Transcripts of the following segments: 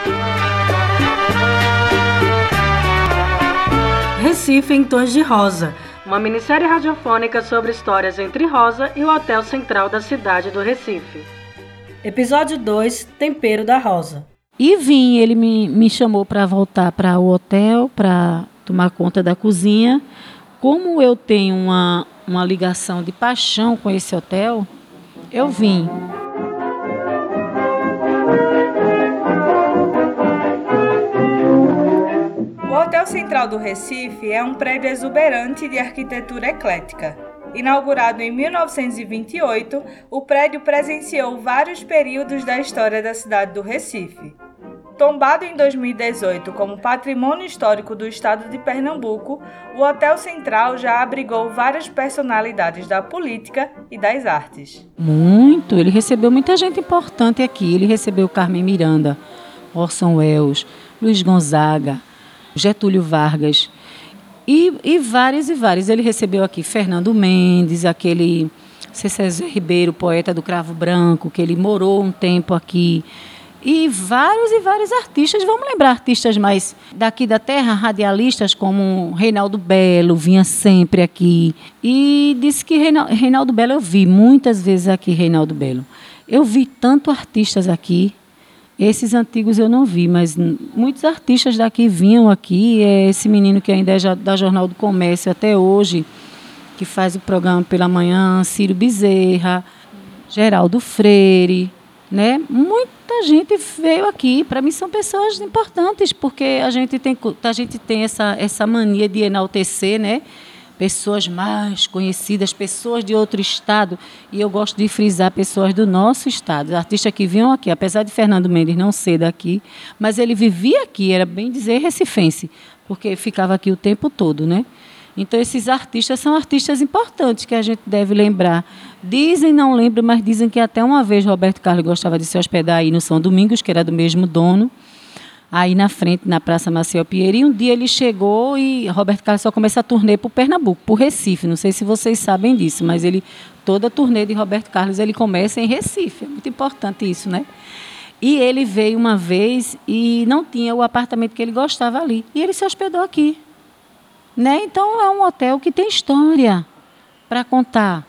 Recife em Tons de Rosa, uma minissérie radiofônica sobre histórias entre Rosa e o Hotel Central da cidade do Recife. Episódio 2, Tempero da Rosa. E ele me chamou para voltar para o hotel, para tomar conta da cozinha. Como eu tenho uma ligação de paixão com esse hotel, eu vim. O Hotel Central do Recife é um prédio exuberante de arquitetura eclética. Inaugurado em 1928, o prédio presenciou vários períodos da história da cidade do Recife. Tombado em 2018 como Patrimônio Histórico do Estado de Pernambuco, o Hotel Central já abrigou várias personalidades da política e das artes. Muito, ele recebeu muita gente importante aqui. Ele recebeu Carmen Miranda, Orson Welles, Luiz Gonzaga, Getúlio Vargas e vários. Ele recebeu aqui Fernando Mendes, aquele César Ribeiro, poeta do Cravo Branco, que ele morou um tempo aqui. E vários artistas, vamos lembrar artistas mais daqui da terra, radialistas como Reinaldo Belo, vinha sempre aqui. E disse que Reinaldo Belo, eu vi muitas vezes aqui Reinaldo Belo. Eu vi tanto artistas aqui, esses antigos eu não vi, mas muitos artistas daqui vinham aqui. Esse menino que ainda é da Jornal do Comércio até hoje, que faz o programa pela manhã, Ciro Bezerra, Geraldo Freire, né? Muita gente veio aqui. Para mim são pessoas importantes, porque a gente tem essa mania de enaltecer, né? Pessoas mais conhecidas, pessoas de outro estado, e eu gosto de frisar pessoas do nosso estado, artistas que vinham aqui, apesar de Fernando Mendes não ser daqui, mas ele vivia aqui, era bem dizer recifense, porque ficava aqui o tempo todo, né? Então, esses artistas são artistas importantes que a gente deve lembrar. Dizem, não lembro, mas dizem que até uma vez Roberto Carlos gostava de se hospedar aí no São Domingos, que era do mesmo dono, aí na frente, na Praça Maciel Pinheiro. E um dia ele chegou e Roberto Carlos só começa a turnê para o Pernambuco, para o Recife. Não sei se vocês sabem disso, mas toda a turnê de Roberto Carlos ele começa em Recife. É muito importante isso, né? E ele veio uma vez e não tinha o apartamento que ele gostava ali. E ele se hospedou aqui. Né? Então, é um hotel que tem história para contar.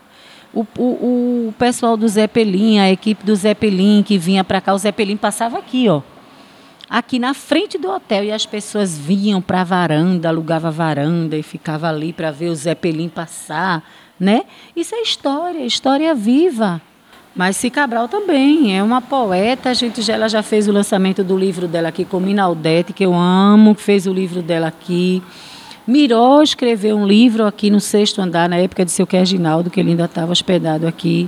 O pessoal do Zeppelin, a equipe do Zeppelin que vinha para cá, o Zeppelin passava aqui, ó, aqui na frente do hotel, e as pessoas vinham para a varanda, alugava a varanda e ficava ali para ver o Zeppelin passar, né? Isso é história viva. Márcia Cabral também é uma poeta. Ela já fez o lançamento do livro dela aqui com Minaldete, que eu amo, que fez o livro dela aqui. Miró escreveu um livro aqui no 6º andar, na época de seu Reginaldo, que ele ainda estava hospedado aqui.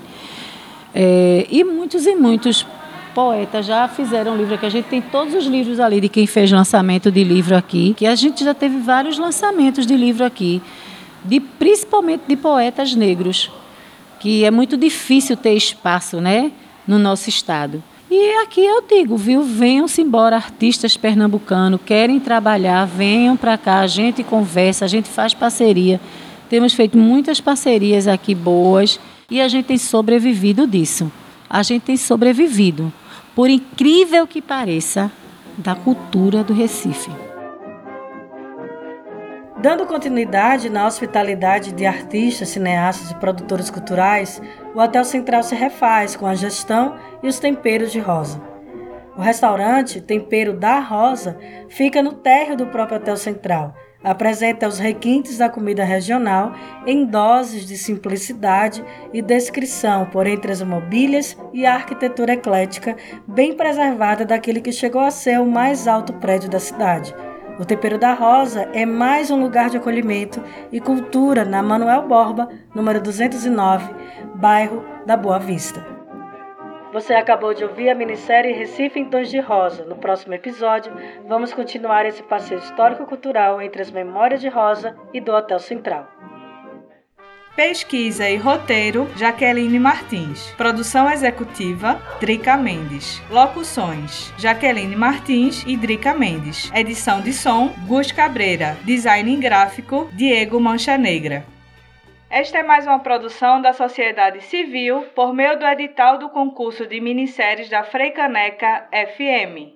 E muitos poetas já fizeram livro aqui. A gente tem todos os livros ali de quem fez lançamento de livro aqui, que a gente já teve vários lançamentos de livro aqui, principalmente de poetas negros, que é muito difícil ter espaço, né, no nosso estado. E aqui eu digo, viu, venham-se embora, artistas pernambucanos, querem trabalhar, venham para cá, a gente conversa, a gente faz parceria. Temos feito muitas parcerias aqui boas e a gente tem sobrevivido disso. A gente tem sobrevivido, por incrível que pareça, da cultura do Recife. Dando continuidade na hospitalidade de artistas, cineastas e produtores culturais, o Hotel Central se refaz com a gestão e os temperos de Rosa. O restaurante Tempero da Rosa fica no térreo do próprio Hotel Central. Apresenta os requintes da comida regional em doses de simplicidade e descrição por entre as mobílias e a arquitetura eclética bem preservada daquele que chegou a ser o mais alto prédio da cidade. O Tempero da Rosa é mais um lugar de acolhimento e cultura na Manuel Borba, número 209, bairro da Boa Vista. Você acabou de ouvir a minissérie Recife em Tons de Rosa. No próximo episódio, vamos continuar esse passeio histórico-cultural entre as memórias de Rosa e do Hotel Central. Pesquisa e roteiro, Jaqueline Martins. Produção executiva, Drica Mendes. Locuções, Jaqueline Martins e Drica Mendes. Edição de som, Gus Cabreira. Design gráfico, Diego Mancha Negra. Esta é mais uma produção da sociedade civil por meio do edital do concurso de minisséries da Freicaneca FM.